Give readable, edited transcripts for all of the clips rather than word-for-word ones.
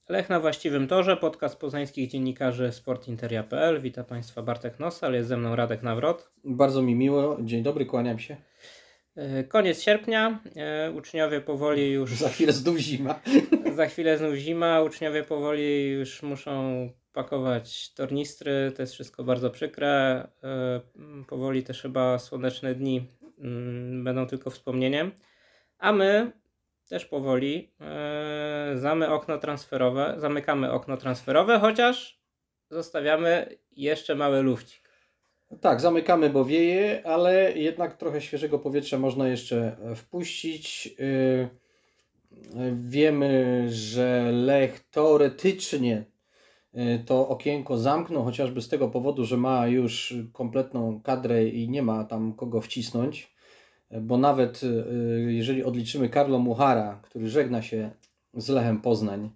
Lech na właściwym torze, podcast poznańskich dziennikarzy sportinteria.pl. Witam Państwa, Bartek Nosal, jest ze mną Radek Nawrot. Bardzo mi miło, dzień dobry, kłaniam się. Koniec sierpnia, uczniowie powoli już... Za chwilę znów zima. Za chwilę znów zima, uczniowie powoli już muszą pakować tornistry, to jest wszystko bardzo przykre. Powoli też chyba słoneczne dni będą tylko wspomnieniem. A my też powoli zamykamy okno transferowe, chociaż zostawiamy jeszcze mały lufcik. Tak, zamykamy, bo wieje, ale jednak trochę świeżego powietrza można jeszcze wpuścić. Wiemy, że Lech teoretycznie to okienko zamknął, chociażby z tego powodu, że ma już kompletną kadrę i nie ma tam kogo wcisnąć, bo nawet jeżeli odliczymy Karlo Muchara, który żegna się z Lechem Poznań,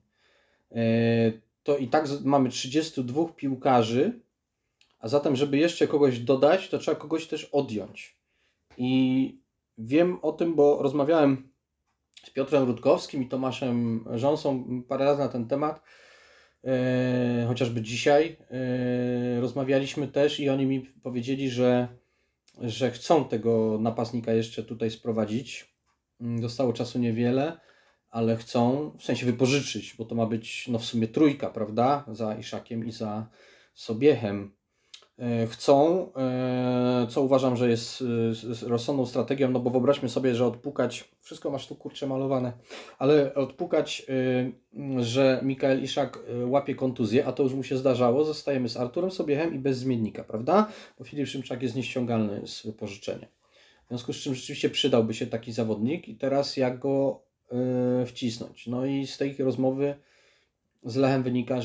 to i tak mamy 32 piłkarzy, a zatem, żeby jeszcze kogoś dodać, to trzeba kogoś też odjąć. I wiem o tym, bo rozmawiałem z Piotrem Rutkowskim i Tomaszem Rząsą parę razy na ten temat. Chociażby dzisiaj rozmawialiśmy też i oni mi powiedzieli, że chcą tego napastnika jeszcze tutaj sprowadzić. Zostało czasu niewiele, ale chcą, w sensie wypożyczyć, bo to ma być w sumie trójka, prawda? Za Iszakiem i za Sobiechem. Chcą, co uważam, że jest rozsądną strategią, no bo wyobraźmy sobie, że odpukać, wszystko masz tu kurczę malowane, ale odpukać, że Mikael Iszak łapie kontuzję, a to już mu się zdarzało, zostajemy z Arturem Sobiechem i bez zmiennika, prawda? Bo Filip Szymczak jest nieściągalny z wypożyczenia. W związku z czym rzeczywiście przydałby się taki zawodnik i teraz jak go wcisnąć? No i z tej rozmowy z Lechem wynika,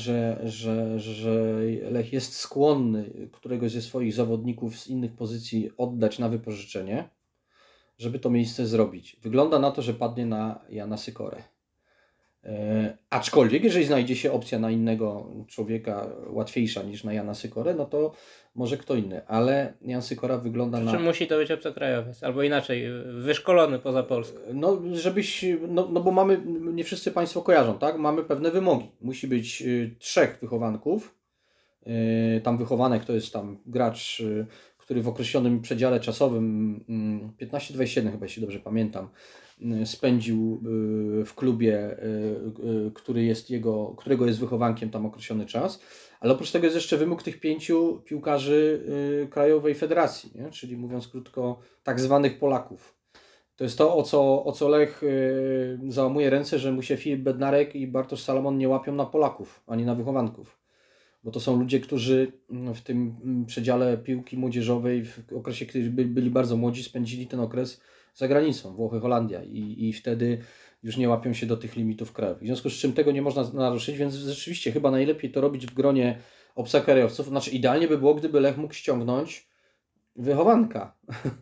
że Lech jest skłonny któregoś ze swoich zawodników z innych pozycji oddać na wypożyczenie, żeby to miejsce zrobić. Wygląda na to, że padnie na Jana Sykorę. Aczkolwiek, jeżeli znajdzie się opcja na innego człowieka łatwiejsza niż na Jana Sykorę, no to może kto inny, ale Jan Sykora wygląda na... Czy musi to być obcokrajowiec, albo inaczej, wyszkolony poza Polską? No, no bo mamy, nie wszyscy Państwo kojarzą, tak? Mamy pewne wymogi. Musi być 3 wychowanków. Tam wychowanek to jest tam gracz, który w określonym przedziale czasowym, 15-27 chyba, jeśli dobrze pamiętam, spędził w klubie, którego jest wychowankiem tam określony czas. Ale oprócz tego jest jeszcze wymóg tych 5 piłkarzy Krajowej Federacji, nie? Czyli mówiąc krótko, tak zwanych Polaków. To jest to, o co Lech załamuje ręce, że mu się Filip Bednarek i Bartosz Salomon nie łapią na Polaków, ani na wychowanków. Bo to są ludzie, którzy w tym przedziale piłki młodzieżowej, w okresie, kiedy byli bardzo młodzi, spędzili ten okres za granicą, Włochy, Holandia i wtedy już nie łapią się do tych limitów krajowych. W związku z czym tego nie można naruszyć, więc rzeczywiście chyba najlepiej to robić w gronie obcokrajowców. Znaczy idealnie by było, gdyby Lech mógł ściągnąć wychowanka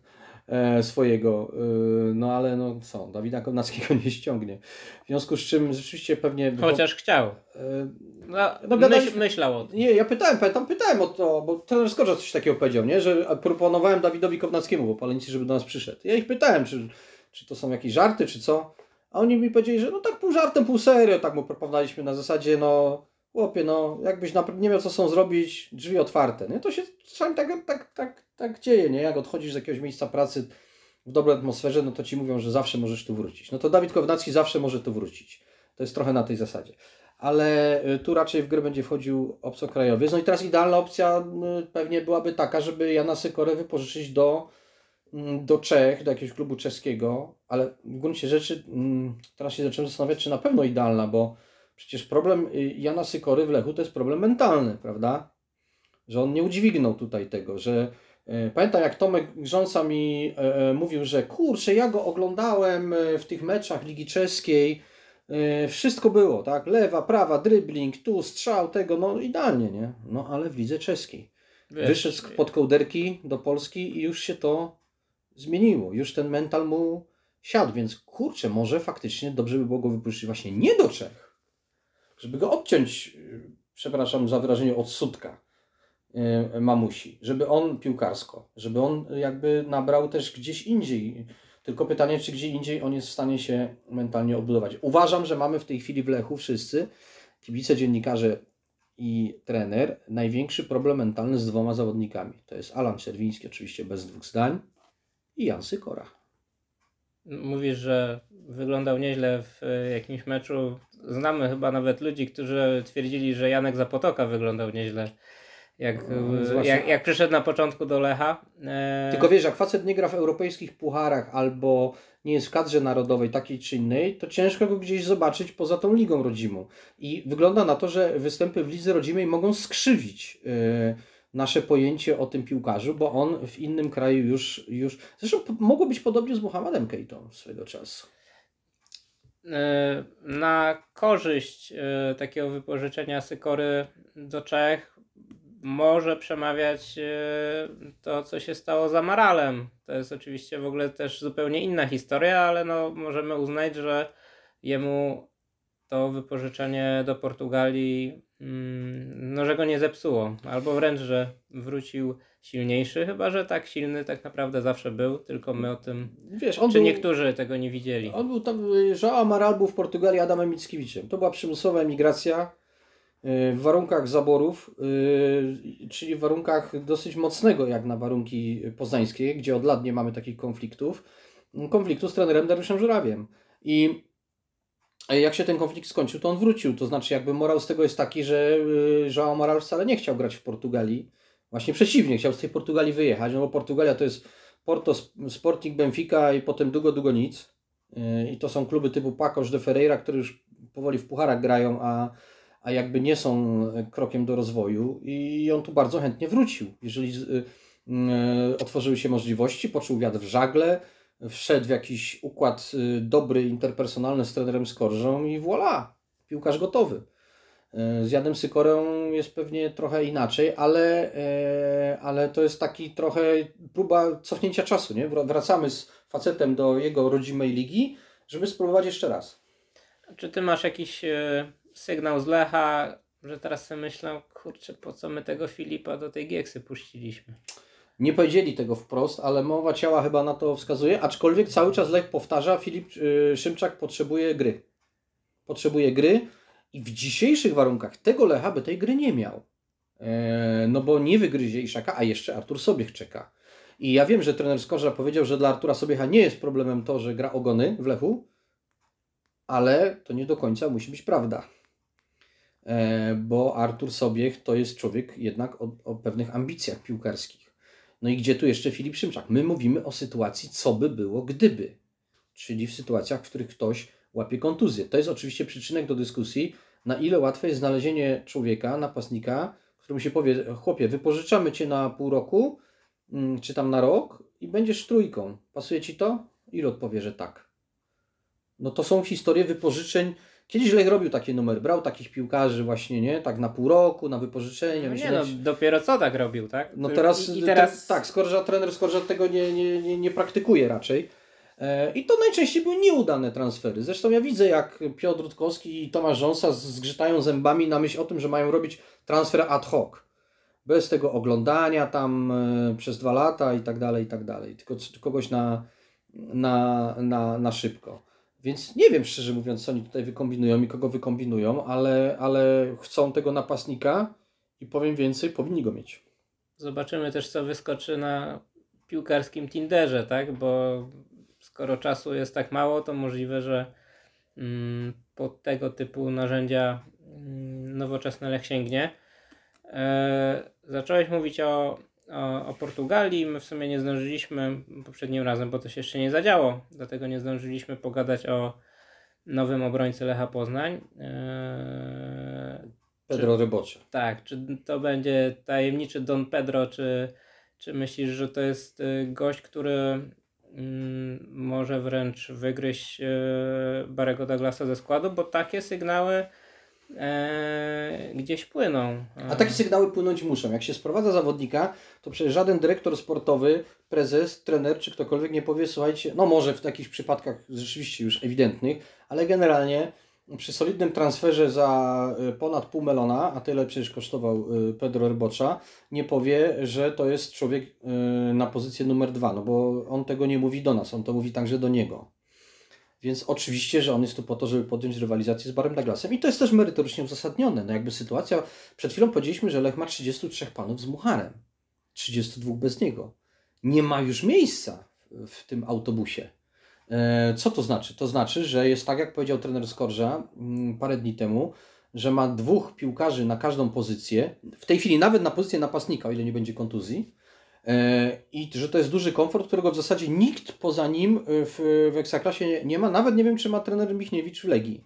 swojego, no ale no co, Dawida Kownackiego nie ściągnie. W związku z czym rzeczywiście pewnie... Chociaż chciał. Myślał o tym. Nie, ja pytałem o to, bo trener Skorża coś takiego powiedział, nie? Że proponowałem Dawidowi Kownackiemu, bo Palenicy, żeby do nas przyszedł. Ja ich pytałem, czy to są jakieś żarty, czy co? A oni mi powiedzieli, że no tak pół żartem, pół serio, tak mu proponowaliśmy na zasadzie, no chłopie, no jakbyś nie miał co są zrobić, drzwi otwarte, nie? To się czasami tak dzieje, nie? Jak odchodzisz z jakiegoś miejsca pracy w dobrej atmosferze, no to ci mówią, że zawsze możesz tu wrócić. No to Dawid Kownacki zawsze może tu wrócić. To jest trochę na tej zasadzie. Ale tu raczej w grę będzie wchodził obcokrajowiec. No i teraz idealna opcja pewnie byłaby taka, żeby Jana Sykorę wypożyczyć do Czech, do jakiegoś klubu czeskiego, ale w gruncie rzeczy teraz się zacząłem zastanawiać, czy na pewno idealna, bo przecież problem Jana Sykory w Lechu to jest problem mentalny, prawda? Że on nie udźwignął tutaj tego, że pamiętam jak Tomek Rząsa mi mówił, że kurczę, ja go oglądałem w tych meczach Ligi Czeskiej, wszystko było, tak? Lewa, prawa, dribbling, tu strzał, tego, no idealnie, nie? No ale w lidze czeskiej. Wyszedł spod kołderki do Polski i już się to zmieniło. Już ten mental mu siadł, więc kurczę, może faktycznie dobrze by było go wypuścić właśnie nie do Czech, żeby go odciąć, przepraszam za wyrażenie, od sutka mamusi, żeby on piłkarsko, żeby on jakby nabrał też gdzieś indziej. Tylko pytanie, czy gdzie indziej on jest w stanie się mentalnie odbudować. Uważam, że mamy w tej chwili w Lechu wszyscy kibice, dziennikarze i trener, największy problem mentalny z 2 zawodnikami. To jest Alan Czerwiński, oczywiście bez 2 zdań, i Jan Sykora. Mówisz, że wyglądał nieźle w jakimś meczu. Znamy chyba nawet ludzi, którzy twierdzili, że Janek Zapotoka wyglądał nieźle, jak przyszedł na początku do Lecha. Tylko wiesz, jak facet nie gra w europejskich pucharach albo nie jest w kadrze narodowej takiej czy innej, to ciężko go gdzieś zobaczyć poza tą ligą rodzimą. I wygląda na to, że występy w lidze rodzimej mogą skrzywić nasze pojęcie o tym piłkarzu, bo on w innym kraju już... Zresztą mogło być podobnie z Mohamedem Keitą swego czasu. Na korzyść takiego wypożyczenia Sykory do Czech może przemawiać to, co się stało z Amaralem. To jest oczywiście w ogóle też zupełnie inna historia, ale no, możemy uznać, że jemu to wypożyczenie do Portugalii no, że go nie zepsuło, albo wręcz, że wrócił silniejszy, chyba że tak silny tak naprawdę zawsze był, tylko my o tym, Wiesz, niektórzy tego nie widzieli. On był tam, João Amaral był w Portugalii Adamem Mickiewiczem. To była przymusowa emigracja w warunkach zaborów, czyli w warunkach dosyć mocnego jak na warunki poznańskie, gdzie od lat nie mamy takich konfliktów z trenerem Dariuszem Żurawiem. I jak się ten konflikt skończył, to on wrócił. To znaczy jakby morał z tego jest taki, że João Amaral wcale nie chciał grać w Portugalii. Właśnie przeciwnie, chciał z tej Portugalii wyjechać, no bo Portugalia to jest Porto, Sporting, Benfica i potem długo nic. I to są kluby typu Paços de Ferreira, które już powoli w pucharach grają, a jakby nie są krokiem do rozwoju. I on tu bardzo chętnie wrócił. Jeżeli otworzyły się możliwości, poczuł wiatr w żagle, wszedł w jakiś układ dobry, interpersonalny z trenerem Skorżą i voilà, piłkarz gotowy. Z Janem Sykorą jest pewnie trochę inaczej, ale to jest taki trochę próba cofnięcia czasu, nie? Wracamy z facetem do jego rodzimej ligi, żeby spróbować jeszcze raz. Czy ty masz jakiś sygnał z Lecha, że teraz sobie myślę, kurczę, po co my tego Filipa do tej Gieksy puściliśmy? Nie powiedzieli tego wprost, ale mowa ciała chyba na to wskazuje, aczkolwiek cały czas Lech powtarza, Filip Szymczak potrzebuje gry. Potrzebuje gry i w dzisiejszych warunkach tego Lecha by tej gry nie miał. No bo nie wygryzie Iszaka, a jeszcze Artur Sobiech czeka. I ja wiem, że trener Skorża powiedział, że dla Artura Sobiecha nie jest problemem to, że gra ogony w Lechu, ale to nie do końca musi być prawda. Bo Artur Sobiech to jest człowiek jednak o pewnych ambicjach piłkarskich. No i gdzie tu jeszcze Filip Szymczak? My mówimy o sytuacji, co by było gdyby. Czyli w sytuacjach, w których ktoś łapie kontuzję. To jest oczywiście przyczynek do dyskusji, na ile łatwe jest znalezienie człowieka, napastnika, któremu się powie, chłopie, wypożyczamy Cię na pół roku, czy tam na rok i będziesz trójką. Pasuje Ci to? I odpowie, że tak. No to są historie wypożyczeń. Kiedyś Lech robił takie numery, brał takich piłkarzy właśnie, nie? Tak na pół roku, na wypożyczenie. No dopiero co tak robił, tak? No teraz... Tak, trener Skorża tego nie praktykuje raczej. I to najczęściej były nieudane transfery. Zresztą ja widzę, jak Piotr Rutkowski i Tomasz Rząsa zgrzytają zębami na myśl o tym, że mają robić transfer ad hoc. Bez tego oglądania tam przez 2 lata i tak dalej, Tylko kogoś na szybko. Więc nie wiem, szczerze mówiąc, co oni tutaj wykombinują i kogo wykombinują, ale chcą tego napastnika i powiem więcej, powinni go mieć. Zobaczymy też, co wyskoczy na piłkarskim Tinderze, tak? Bo skoro czasu jest tak mało, to możliwe, że po tego typu narzędzia nowoczesny Lech sięgnie. Zacząłeś mówić o Portugalii. My w sumie nie zdążyliśmy poprzednim razem, bo to się jeszcze nie zadziało. Dlatego nie zdążyliśmy pogadać o nowym obrońcy Lecha Poznań. Pedro Rybocze. Tak, czy to będzie tajemniczy Don Pedro, czy myślisz, że to jest gość, który może wręcz wygryźć Barry'ego Douglasa ze składu, bo takie sygnały gdzieś płyną. A takie sygnały płynąć muszą. Jak się sprowadza zawodnika, to przecież żaden dyrektor sportowy, prezes, trener czy ktokolwiek nie powie, słuchajcie, no może w takich przypadkach rzeczywiście już ewidentnych, ale generalnie przy solidnym transferze za ponad $500 000, a tyle przecież kosztował Pedro Rybocza, nie powie, że to jest człowiek na pozycję numer 2, no bo on tego nie mówi do nas, on to mówi także do niego. Więc oczywiście, że on jest tu po to, żeby podjąć rywalizację z Barrym Douglasem. I to jest też merytorycznie uzasadnione. No jakby sytuacja, przed chwilą powiedzieliśmy, że Lech ma 33 panów z Mucharem, 32 bez niego. Nie ma już miejsca w tym autobusie. Co to znaczy? To znaczy, że jest tak, jak powiedział trener Skorża parę dni temu, że ma 2 piłkarzy na każdą pozycję, w tej chwili nawet na pozycję napastnika, o ile nie będzie kontuzji, i że to jest duży komfort, którego w zasadzie nikt poza nim w Ekstraklasie nie ma. Nawet nie wiem, czy ma trener Michniewicz w Legii.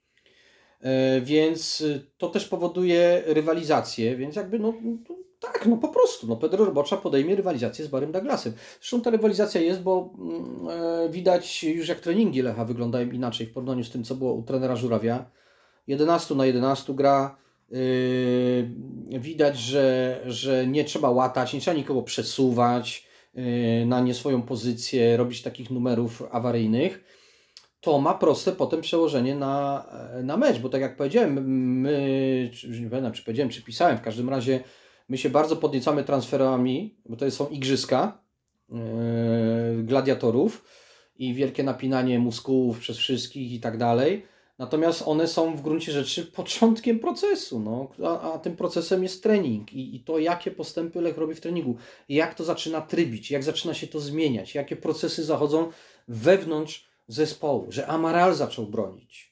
Więc to też powoduje rywalizację, więc jakby tak, po prostu, Pedro Robocza podejmie rywalizację z Barrym Douglasem. Zresztą ta rywalizacja jest, bo widać już jak treningi Lecha wyglądają inaczej w porównaniu z tym, co było u trenera Żurawia. 11 na 11 gra. Widać, że nie trzeba łatać, nie trzeba nikogo przesuwać na nie swoją pozycję, robić takich numerów awaryjnych. To ma proste potem przełożenie na mecz, bo tak jak powiedziałem, nie pamiętam, czy powiedziałem, czy pisałem, w każdym razie my się bardzo podniecamy transferami, bo to są igrzyska gladiatorów i wielkie napinanie mózgów przez wszystkich i tak dalej. Natomiast one są w gruncie rzeczy początkiem procesu, a tym procesem jest trening i to, jakie postępy Lech robi w treningu, jak to zaczyna trybić, jak zaczyna się to zmieniać, jakie procesy zachodzą wewnątrz zespołu, że Amaral zaczął bronić,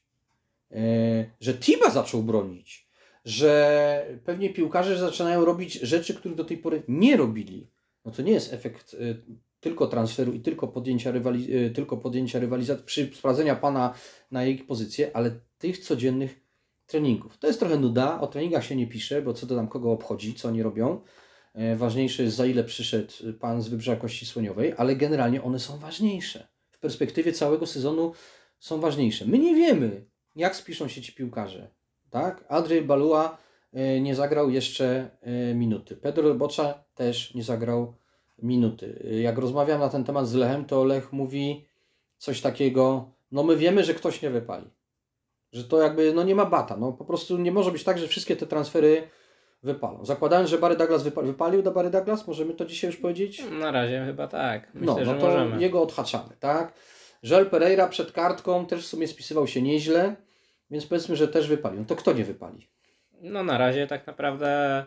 że Tiba zaczął bronić, że pewnie piłkarze zaczynają robić rzeczy, których do tej pory nie robili. No to nie jest efekt tylko transferu i tylko podjęcia rywalizacji, przy sprawdzenia pana na jej pozycję, ale tych codziennych treningów. To jest trochę nuda, o treningach się nie pisze, bo co to tam kogo obchodzi, co oni robią. Ważniejsze jest, za ile przyszedł pan z Wybrzeża Kości Słoniowej, ale generalnie one są ważniejsze. W perspektywie całego sezonu są ważniejsze. My nie wiemy, jak spiszą się ci piłkarze. Tak? Andrzej Balua nie zagrał jeszcze minuty. Pedro Robocza też nie zagrał minuty. Jak rozmawiam na ten temat z Lechem, to Lech mówi coś takiego, my wiemy, że ktoś nie wypali. Że to jakby, nie ma bata. Po prostu nie może być tak, że wszystkie te transfery wypalą. Zakładając, że Barry Douglas wypalił do Barry Douglas, możemy to dzisiaj już powiedzieć? Na razie chyba tak. Myślę, że to możemy. Jego odhaczamy, tak? Joel Pereira przed kartką też w sumie spisywał się nieźle, więc powiedzmy, że też wypalił. To kto nie wypali? Na razie tak naprawdę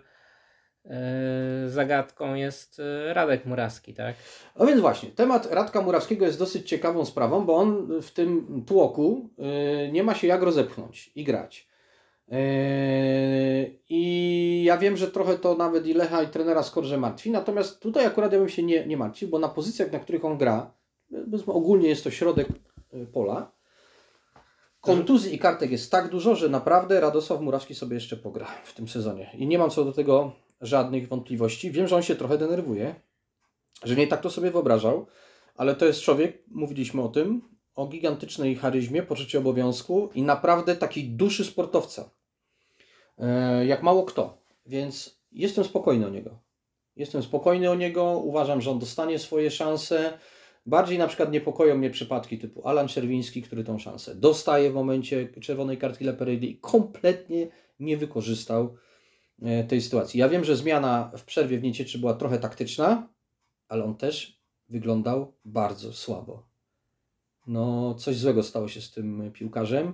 zagadką jest Radek Murawski, tak? No więc właśnie, temat Radka Murawskiego jest dosyć ciekawą sprawą, bo on w tym tłoku nie ma się jak rozepchnąć i grać. I ja wiem, że trochę to nawet i Lecha, i trenera Skorże martwi, natomiast tutaj akurat ja bym się nie martwił, bo na pozycjach, na których on gra, ogólnie jest to środek pola, kontuzji i kartek jest tak dużo, że naprawdę Radosław Murawski sobie jeszcze pogra w tym sezonie. I nie mam co do tego żadnych wątpliwości. Wiem, że on się trochę denerwuje, że nie tak to sobie wyobrażał, ale to jest człowiek, mówiliśmy o tym, o gigantycznej charyzmie, poczuciu obowiązku i naprawdę takiej duszy sportowca. Jak mało kto. Więc jestem spokojny o niego. Uważam, że on dostanie swoje szanse. Bardziej na przykład niepokoją mnie przypadki typu Alan Czerwiński, który tą szansę dostaje w momencie czerwonej kartki dla Pereiry i kompletnie nie wykorzystał tej sytuacji. Ja wiem, że zmiana w przerwie w Niecieczy była trochę taktyczna, ale on też wyglądał bardzo słabo. Coś złego stało się z tym piłkarzem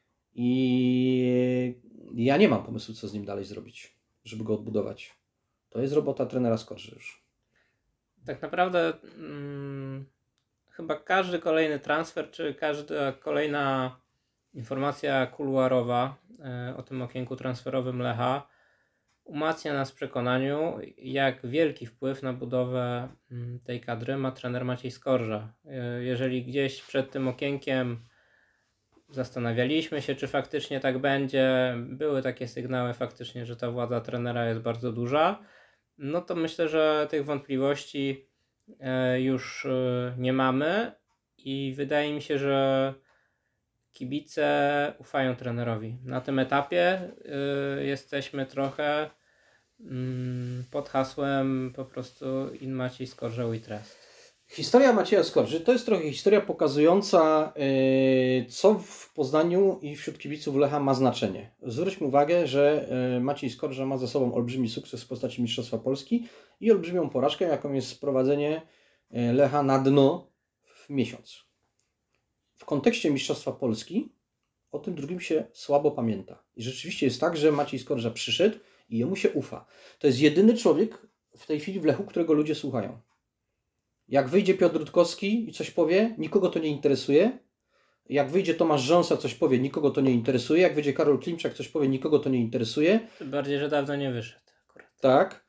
i ja nie mam pomysłu, co z nim dalej zrobić, żeby go odbudować. To jest robota trenera Skorży już. Tak naprawdę chyba każdy kolejny transfer, czy każda kolejna informacja kuluarowa o tym okienku transferowym Lecha umacnia nas w przekonaniu, jak wielki wpływ na budowę tej kadry ma trener Maciej Skorża. Jeżeli gdzieś przed tym okienkiem zastanawialiśmy się, czy faktycznie tak będzie, były takie sygnały faktycznie, że ta władza trenera jest bardzo duża, to myślę, że tych wątpliwości już nie mamy i wydaje mi się, że kibice ufają trenerowi. Na tym etapie jesteśmy trochę pod hasłem po prostu in Maciej Skorża we trust. Historia Macieja Skorży to jest trochę historia pokazująca, co w Poznaniu i wśród kibiców Lecha ma znaczenie. Zwróćmy uwagę, że Maciej Skorża ma za sobą olbrzymi sukces w postaci Mistrzostwa Polski i olbrzymią porażkę, jaką jest sprowadzenie Lecha na dno w miesiąc. w kontekście Mistrzostwa Polski o tym drugim się słabo pamięta. I rzeczywiście jest tak, że Maciej Skorża przyszedł i jemu się ufa. To jest jedyny człowiek w tej chwili w Lechu, którego ludzie słuchają. Jak wyjdzie Piotr Rutkowski i coś powie, nikogo to nie interesuje. Jak wyjdzie Tomasz Rząsa, coś powie, nikogo to nie interesuje. Jak wyjdzie Karol Klimczak, coś powie, nikogo to nie interesuje. Tym bardziej, że dawno nie wyszedł akurat. Tak.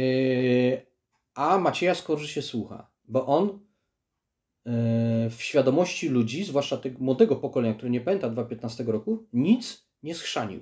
A Macieja Skorży się słucha, bo on w świadomości ludzi, zwłaszcza tego młodego pokolenia, które nie pamięta 2015 roku, nic nie schrzanił.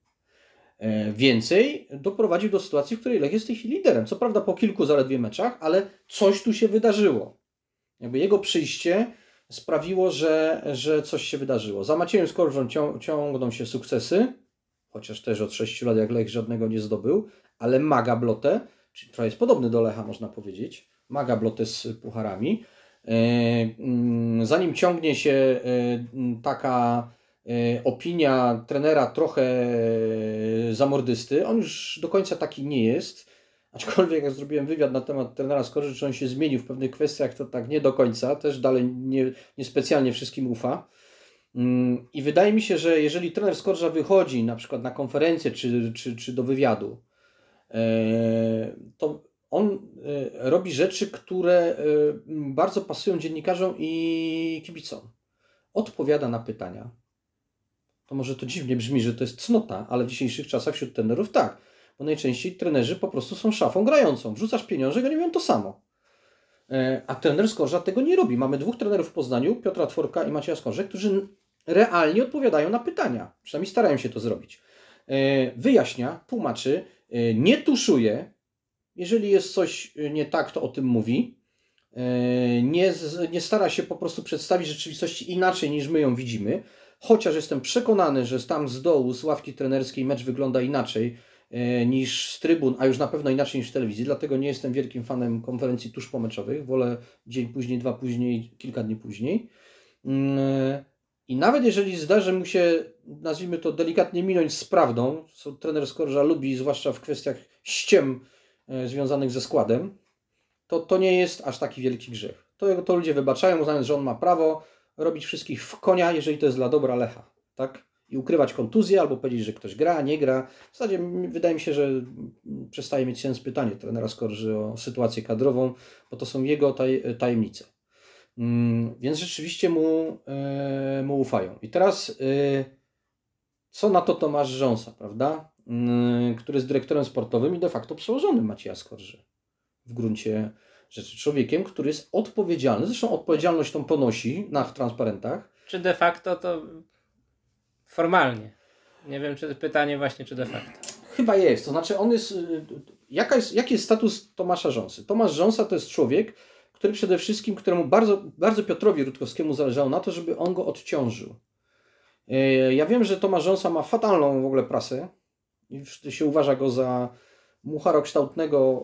Więcej doprowadził do sytuacji, w której Lech jest w tej chwili liderem. Co prawda po kilku zaledwie meczach, ale coś tu się wydarzyło. Jakby jego przyjście sprawiło, że coś się wydarzyło. Za Maciejem Skorżą ciągną się sukcesy, chociaż też od 6 lat jak Lech żadnego nie zdobył, ale ma gablotę, który jest podobny do Lecha, można powiedzieć, ma gablotę z pucharami. Za nim ciągnie się taka opinia trenera trochę zamordysty. On już do końca taki nie jest. Aczkolwiek jak zrobiłem wywiad na temat trenera Skorży, czy on się zmienił w pewnych kwestiach, to tak nie do końca. Też dalej niespecjalnie wszystkim ufa. I wydaje mi się, że jeżeli trener Skorża wychodzi na przykład na konferencję czy do wywiadu, to on robi rzeczy, które bardzo pasują dziennikarzom i kibicom. Odpowiada na pytania. To może to dziwnie brzmi, że to jest cnota, ale w dzisiejszych czasach wśród trenerów tak. Bo najczęściej trenerzy po prostu są szafą grającą. Wrzucasz pieniążek, oni mówią to samo. A trener Skorża tego nie robi. Mamy dwóch trenerów w Poznaniu, Piotra Tworka i Macieja Skorżę, którzy realnie odpowiadają na pytania. Przynajmniej starają się to zrobić. Wyjaśnia, tłumaczy, nie tuszuje. Jeżeli jest coś nie tak, to o tym mówi. Nie stara się po prostu przedstawić rzeczywistości inaczej, niż my ją widzimy. Chociaż jestem przekonany, że tam z dołu, z ławki trenerskiej mecz wygląda inaczej niż z trybun, a już na pewno inaczej niż w telewizji. Dlatego nie jestem wielkim fanem konferencji tuż pomeczowych. Wolę dzień później, dwa później, kilka dni później. I nawet jeżeli zdarzy mu się, nazwijmy to delikatnie, minąć z prawdą, co trener Skorża lubi, zwłaszcza w kwestiach ściem związanych ze składem, to nie jest aż taki wielki grzech. To ludzie wybaczają, uznając, że on ma prawo robić wszystkich w konia, jeżeli to jest dla dobra Lecha. Tak? I ukrywać kontuzję, albo powiedzieć, że ktoś gra, nie gra. W zasadzie wydaje mi się, że przestaje mieć sens pytanie trenera Skorży o sytuację kadrową, bo to są jego tajemnice. Więc rzeczywiście mu ufają. I teraz co na to Tomasz Rząsa, prawda? Który jest dyrektorem sportowym i de facto przełożonym Macieja Skorży. W gruncie rzeczy człowiekiem, który jest odpowiedzialny. Zresztą odpowiedzialność tą ponosi na transparentach. Czy de facto, to formalnie? Nie wiem, czy pytanie właśnie, czy de facto. Chyba jest. To znaczy on jest... Jaki jest status Tomasza Rząsy? Tomasz Rząsa to jest człowiek, który przede wszystkim, któremu bardzo, bardzo Piotrowi Rutkowskiemu zależało na to, żeby on go odciążył. Ja wiem, że Tomasz Rząsa ma fatalną w ogóle prasę i się uważa go za mucharokształtnego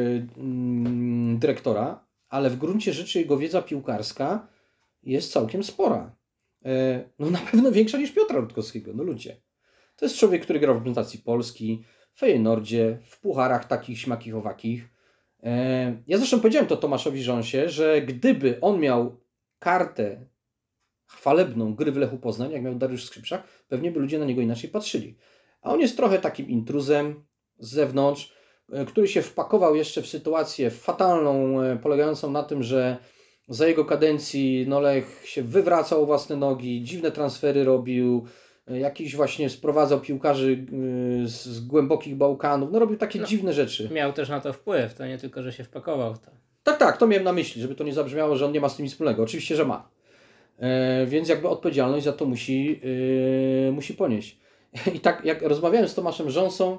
dyrektora, ale w gruncie rzeczy jego wiedza piłkarska jest całkiem spora. No na pewno większa niż Piotra Rutkowskiego, no ludzie. To jest człowiek, który grał w reprezentacji Polski, w Feyenoordzie, w pucharach takich, śmakich, owakich. Ja zresztą powiedziałem to Tomaszowi Rząsie, że gdyby on miał kartę chwalebną gry w Lechu Poznań, jak miał Dariusz Skrzypczak, pewnie by ludzie na niego inaczej patrzyli. A on jest trochę takim intruzem z zewnątrz, który się wpakował jeszcze w sytuację fatalną, polegającą na tym, że za jego kadencji Lech się wywracał o własne nogi, dziwne transfery robił, jakiś właśnie sprowadzał piłkarzy z głębokich Bałkanów, robił takie dziwne rzeczy. Miał też na to wpływ, to nie tylko, że się wpakował w to. Tak, to miałem na myśli, żeby to nie zabrzmiało, że on nie ma z tym nic wspólnego. Oczywiście, że ma. Więc jakby odpowiedzialność za to musi ponieść. I tak jak rozmawiałem z Tomaszem Rząsą,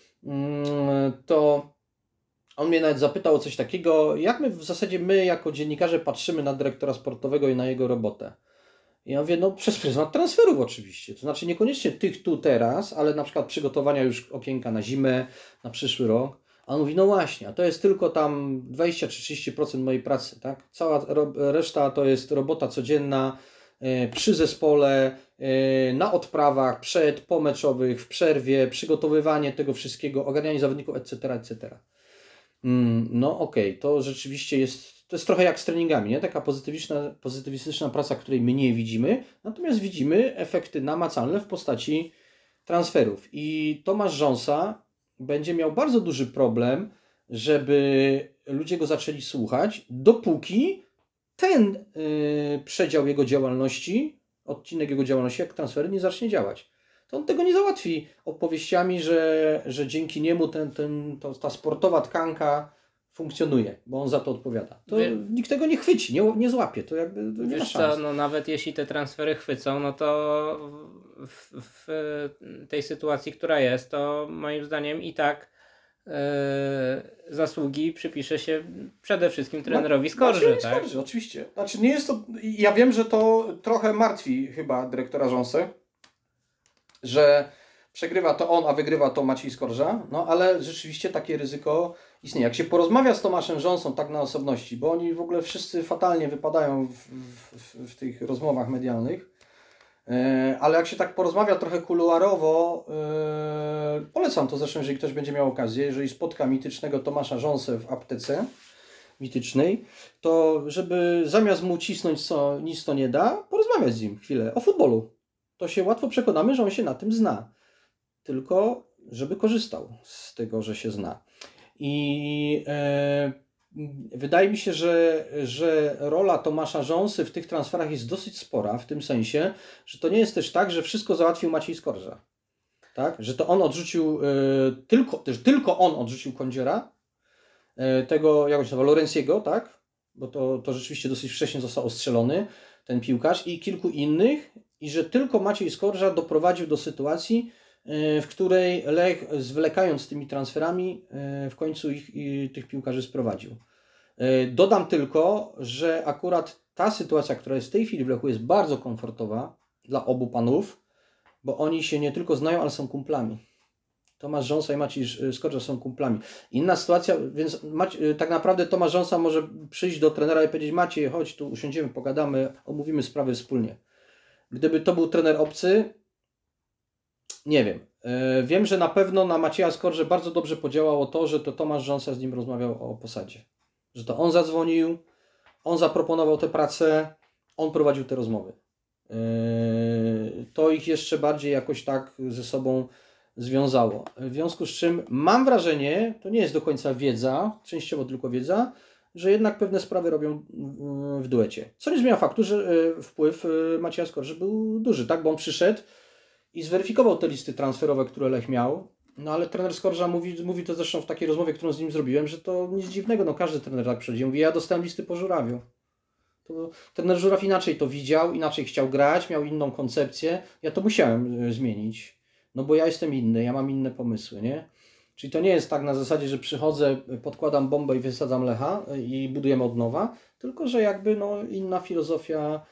to on mnie nawet zapytał o coś takiego, jak my jako dziennikarze patrzymy na dyrektora sportowego i na jego robotę. I ja mówię, przez pryzmat transferów oczywiście. To znaczy niekoniecznie tych tu teraz, ale na przykład przygotowania już okienka na zimę, na przyszły rok. A on mówi, no właśnie, a to jest tylko tam 20 czy 30% mojej pracy, tak? Cała reszta to jest robota codzienna przy zespole, na odprawach, pomeczowych, w przerwie, przygotowywanie tego wszystkiego, ogarnianie zawodników, etc., etc. No okej, to rzeczywiście jest to jest trochę jak z treningami, nie? Taka pozytywistyczna praca, której my nie widzimy, natomiast widzimy efekty namacalne w postaci transferów. I Tomasz Rząsa będzie miał bardzo duży problem, żeby ludzie go zaczęli słuchać, dopóki ten przedział jego działalności, odcinek jego działalności, jak transfery, nie zacznie działać. To on tego nie załatwi opowieściami, że dzięki niemu ta sportowa tkanka funkcjonuje, bo on za to odpowiada. To nikt tego nie chwyci, nie złapie. To jakby to nie ma szans. No nawet jeśli te transfery chwycą, no to w tej sytuacji, która jest, to moim zdaniem i tak zasługi przypisze się przede wszystkim trenerowi Skorży, tak? Skorży, oczywiście. Znaczy nie jest to... Ja wiem, że to trochę martwi chyba dyrektora Rząsę, że przegrywa to on, a wygrywa to Maciej Skorża, no ale rzeczywiście takie ryzyko istnieje. Jak się porozmawia z Tomaszem Rząsą tak na osobności, bo oni w ogóle wszyscy fatalnie wypadają w tych rozmowach medialnych, ale jak się tak porozmawia trochę kuluarowo, polecam to zresztą, jeżeli ktoś będzie miał okazję, jeżeli spotka mitycznego Tomasza Rząsę w aptece mitycznej, to żeby zamiast mu cisnąć co nic to nie da, porozmawiać z nim chwilę o futbolu. To się łatwo przekonamy, że on się na tym zna. Tylko żeby korzystał z tego, że się zna. I wydaje mi się, że rola Tomasza Rząsy w tych transferach jest dosyć spora, w tym sensie, że to nie jest też tak, że wszystko załatwił Maciej Skorża. Tak? Że to on odrzucił, tylko on odrzucił Kądziera, tego, jak on się nazywa, Lorenciego, tak? Bo to rzeczywiście dosyć wcześnie został ostrzelony, ten piłkarz, i kilku innych, i że tylko Maciej Skorża doprowadził do sytuacji, w której Lech, zwlekając tymi transferami, w końcu tych piłkarzy sprowadził. Dodam tylko, że akurat ta sytuacja, która jest w tej chwili w Lechu, jest bardzo komfortowa dla obu panów, bo oni się nie tylko znają, ale są kumplami. Tomasz Rząsa i Maciej Skorża są kumplami. Inna sytuacja, więc tak naprawdę Tomasz Rząsa może przyjść do trenera i powiedzieć: Maciej, chodź tu, usiądziemy, pogadamy, omówimy sprawy wspólnie. Gdyby to był trener obcy, nie wiem. Wiem, że na pewno na Macieja Skorżę bardzo dobrze podziałało to, że to Tomasz Rząsa z nim rozmawiał o posadzie. Że to on zadzwonił, on zaproponował tę pracę, on prowadził te rozmowy. To ich jeszcze bardziej jakoś tak ze sobą związało. W związku z czym mam wrażenie, to nie jest do końca wiedza, częściowo tylko wiedza, że jednak pewne sprawy robią w duecie. Co nie zmienia faktu, że wpływ Macieja Skorży był duży, tak? Bo on przyszedł i zweryfikował te listy transferowe, które Lech miał. No ale trener Skorża mówi to zresztą w takiej rozmowie, którą z nim zrobiłem, że to nic dziwnego, no każdy trener tak przychodzi. Mówi: ja dostałem listy po Żurawiu. To trener Żuraw inaczej to widział, inaczej chciał grać, miał inną koncepcję. Ja to musiałem zmienić, no bo ja jestem inny, ja mam inne pomysły, nie? Czyli to nie jest tak na zasadzie, że przychodzę, podkładam bombę i wysadzam Lecha i budujemy od nowa, tylko że jakby no, inna filozofia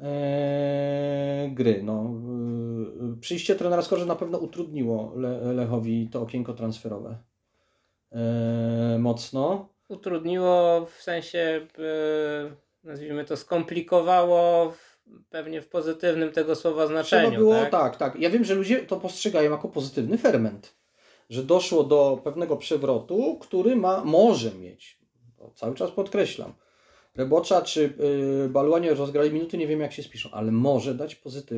gry. No. Przyjście trenera Skorży na pewno utrudniło Lechowi to okienko transferowe mocno. Utrudniło w sensie, nazwijmy to, skomplikowało pewnie w pozytywnym tego słowa znaczeniu. Trzeba było, tak? tak. Ja wiem, że ludzie to postrzegają jako pozytywny ferment. Że doszło do pewnego przewrotu, który może mieć, cały czas podkreślam, Rebocza czy Baluanie rozgrali minuty, nie wiem jak się spiszą, ale może dać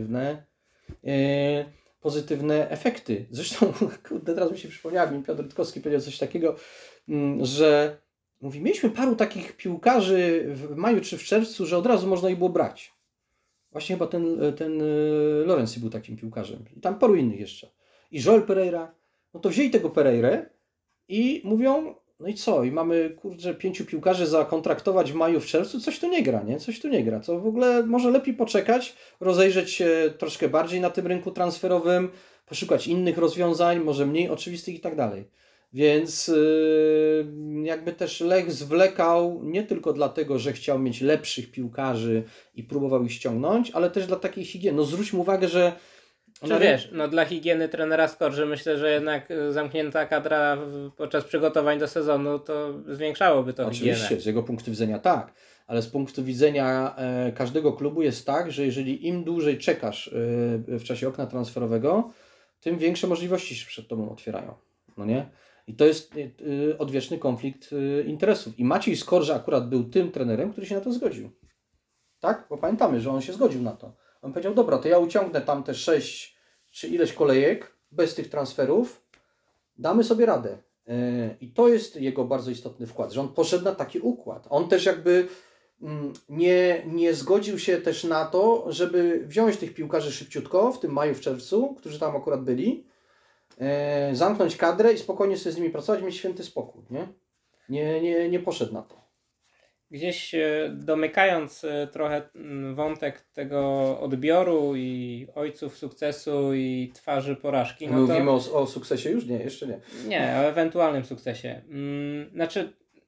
pozytywne efekty. Zresztą, kurde, teraz mi się przypomniał, mi Piotr Rutkowski powiedział coś takiego, że mówi, mieliśmy paru takich piłkarzy w maju czy w czerwcu, że od razu można ich było brać. Właśnie chyba ten Lorenzi był takim piłkarzem. I tam paru innych jeszcze. I Joel Pereira. No to wzięli tego Pereirę i mówią: no i co? I mamy, kurczę, 5 piłkarzy zakontraktować w maju, w czerwcu? Coś tu nie gra, nie? Coś tu nie gra. To w ogóle może lepiej poczekać, rozejrzeć się troszkę bardziej na tym rynku transferowym, poszukać innych rozwiązań, może mniej oczywistych i tak dalej. Więc jakby też Lech zwlekał nie tylko dlatego, że chciał mieć lepszych piłkarzy i próbował ich ściągnąć, ale też dla takiej higieny. No zwróćmy uwagę, że wiesz, no dla higieny trenera Skorży myślę, że jednak zamknięta kadra podczas przygotowań do sezonu to zwiększałoby to higienę. Oczywiście, z jego punktu widzenia tak, ale z punktu widzenia każdego klubu jest tak, że jeżeli im dłużej czekasz w czasie okna transferowego, tym większe możliwości się przed tobą otwierają. No nie? I to jest odwieczny konflikt interesów. I Maciej Skorża akurat był tym trenerem, który się na to zgodził. Tak? Bo pamiętamy, że on się zgodził na to. On powiedział, dobra, to ja uciągnę tam te 6 czy ileś kolejek bez tych transferów, damy sobie radę. I to jest jego bardzo istotny wkład, że on poszedł na taki układ. On też jakby nie zgodził się też na to, żeby wziąć tych piłkarzy szybciutko w tym maju, w czerwcu, którzy tam akurat byli, zamknąć kadrę i spokojnie sobie z nimi pracować, mieć święty spokój. Nie poszedł na to. Gdzieś domykając trochę wątek tego odbioru i ojców sukcesu i twarzy porażki. My mówimy o sukcesie już? Nie, jeszcze nie. Nie, o ewentualnym sukcesie. Znaczy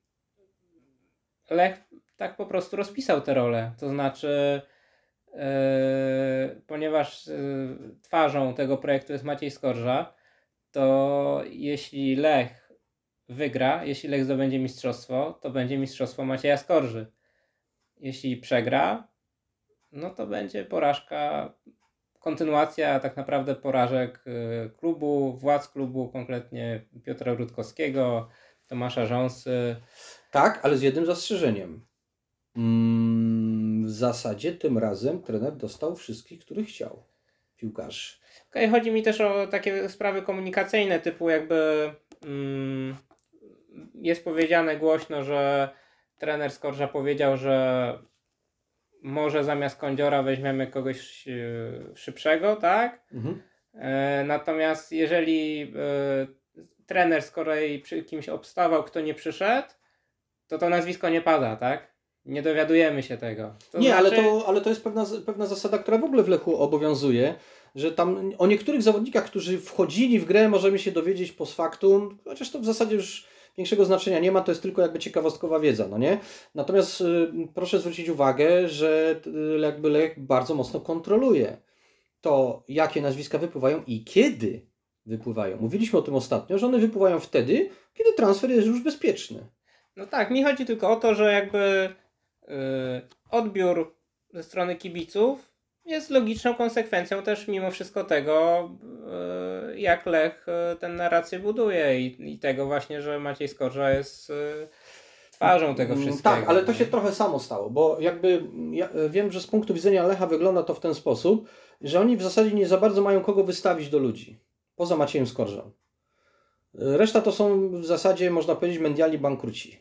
Lech tak po prostu rozpisał tę rolę. To znaczy ponieważ twarzą tego projektu jest Maciej Skorża, to jeśli Lech wygra, jeśli Lech zdobędzie mistrzostwo, to będzie mistrzostwo Macieja Skorży. Jeśli przegra, no to będzie porażka, kontynuacja tak naprawdę porażek klubu, władz klubu, konkretnie Piotra Rutkowskiego, Tomasza Rząsy. Tak, ale z jednym zastrzeżeniem. W zasadzie tym razem trener dostał wszystkich, których chciał. Piłkarzy. Okay, chodzi mi też o takie sprawy komunikacyjne, typu jakby jest powiedziane głośno, że trener Skorża powiedział, że może zamiast Kądziora weźmiemy kogoś szybszego, tak? Mhm. Natomiast jeżeli trener z kolei przy kimś obstawał, kto nie przyszedł, to nazwisko nie pada, tak? Nie dowiadujemy się tego. Ale to jest pewna zasada, która w ogóle w Lechu obowiązuje, że tam o niektórych zawodnikach, którzy wchodzili w grę, możemy się dowiedzieć post factum, chociaż to w zasadzie już większego znaczenia nie ma, to jest tylko jakby ciekawostkowa wiedza, no nie? Natomiast proszę zwrócić uwagę, że jakby Lech bardzo mocno kontroluje to, jakie nazwiska wypływają i kiedy wypływają. Mówiliśmy o tym ostatnio, że one wypływają wtedy, kiedy transfer jest już bezpieczny. No tak, mi chodzi tylko o to, że jakby odbiór ze strony kibiców jest logiczną konsekwencją też mimo wszystko tego, jak Lech tę narrację buduje i tego właśnie, że Maciej Skorża jest twarzą tego wszystkiego. Tak, ale to się trochę samo stało, bo jakby ja wiem, że z punktu widzenia Lecha wygląda to w ten sposób, że oni w zasadzie nie za bardzo mają kogo wystawić do ludzi, poza Maciejem Skorżą. Reszta to są w zasadzie, można powiedzieć, mendiali bankruci.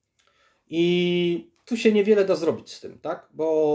I tu się niewiele da zrobić z tym, tak?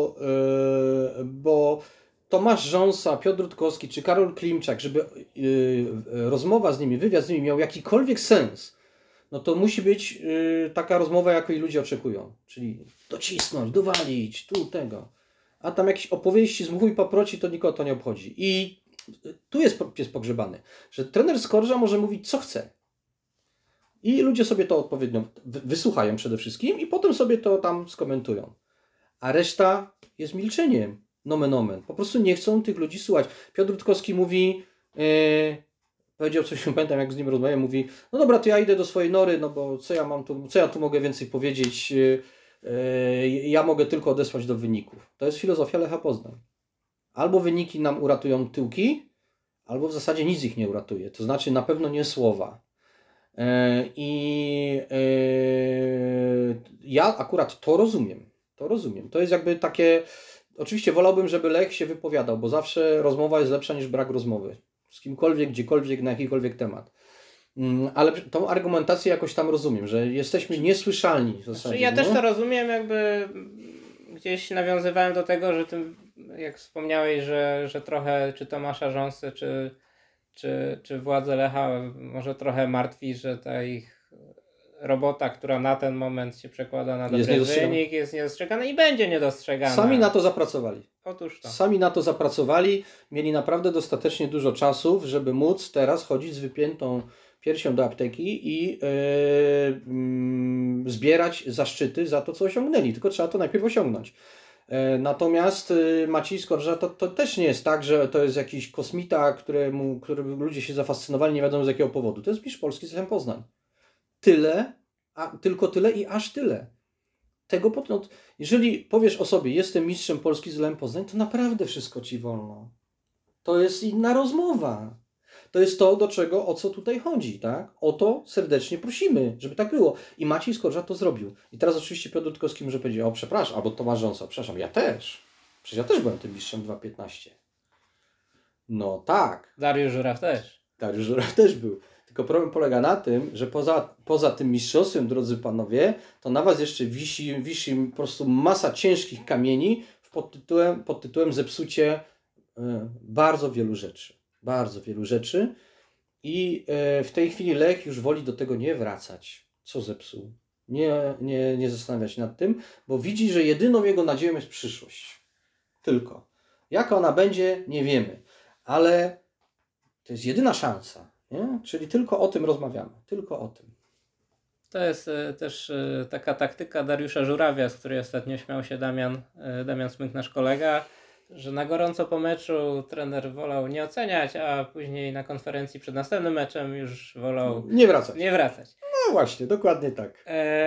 Bo Tomasz Rząsa, Piotr Rutkowski czy Karol Klimczak, żeby rozmowa z nimi, wywiad z nimi miał jakikolwiek sens, no to musi być taka rozmowa, jakiej ludzie oczekują. Czyli docisnąć, dowalić, tu tego. A tam jakieś opowieści z mchu i paproci, to nikogo to nie obchodzi. I tu jest pies pogrzebany, że trener Skorża może mówić co chce. I ludzie sobie to odpowiednio wysłuchają przede wszystkim i potem sobie to tam skomentują. A reszta jest milczeniem. Nomen omen. Po prostu nie chcą tych ludzi słuchać. Piotr Rutkowski mówi, powiedział coś, nie pamiętam jak z nim rozmawiałem, mówi, no dobra, to ja idę do swojej nory, no bo co ja tu mogę więcej powiedzieć, ja mogę tylko odesłać do wyników. To jest filozofia Lecha Poznań. Albo wyniki nam uratują tyłki, albo w zasadzie nic ich nie uratuje. To znaczy na pewno nie słowa. Ja akurat to rozumiem. To jest jakby takie... Oczywiście wolałbym, żeby Lech się wypowiadał, bo zawsze rozmowa jest lepsza niż brak rozmowy. Z kimkolwiek, gdziekolwiek, na jakikolwiek temat. Ale tą argumentację jakoś tam rozumiem, że jesteśmy niesłyszalni w zasadzie. Ja też to rozumiem, jakby gdzieś nawiązywałem do tego, że tym, jak wspomniałeś, że trochę czy Tomasza Rząsy, czy władze Lecha może trochę martwi, że ta ich robota, która na ten moment się przekłada na dobry wynik, jest niedostrzegana i będzie niedostrzegana. Sami na to zapracowali. Otóż to. Sami na to zapracowali, mieli naprawdę dostatecznie dużo czasów, żeby móc teraz chodzić z wypiętą piersią do apteki i zbierać zaszczyty za to, co osiągnęli. Tylko trzeba to najpierw osiągnąć. Natomiast Maciej Skorża to też nie jest tak, że to jest jakiś kosmita, którym ludzie się zafascynowali, nie wiadomo z jakiego powodu. To jest mistrz Polski z Lechem Poznań. Tyle, tylko tyle i aż tyle. Jeżeli powiesz o sobie, jestem mistrzem Polski z Lechem Poznań, to naprawdę wszystko ci wolno. To jest inna rozmowa. To jest to, o co tutaj chodzi, tak? O to serdecznie prosimy, żeby tak było. I Maciej Skorża to zrobił. I teraz oczywiście Piotr Rutkowski może powiedzieć, o przepraszam, albo Tomasz Rząsa, przepraszam, ja też. Przecież ja też byłem tym mistrzem 2.15. No tak. Dariusz Żuraw też. Dariusz Żuraw też był. Tylko problem polega na tym, że poza tym mistrzostwem, drodzy panowie, to na was jeszcze wisi po prostu masa ciężkich kamieni pod tytułem zepsucie bardzo wielu rzeczy. Bardzo wielu rzeczy. I w tej chwili Lech już woli do tego nie wracać. Co zepsuł? Nie zastanawiać się nad tym, bo widzi, że jedyną jego nadzieją jest przyszłość. Tylko. Jaka ona będzie, nie wiemy. Ale to jest jedyna szansa. Nie? Czyli tylko o tym rozmawiamy. Tylko o tym. To jest też taka taktyka Dariusza Żurawia, z której ostatnio śmiał się Damian Smyk, nasz kolega, że na gorąco po meczu trener wolał nie oceniać, a później na konferencji przed następnym meczem już wolał nie wracać. No właśnie, dokładnie tak.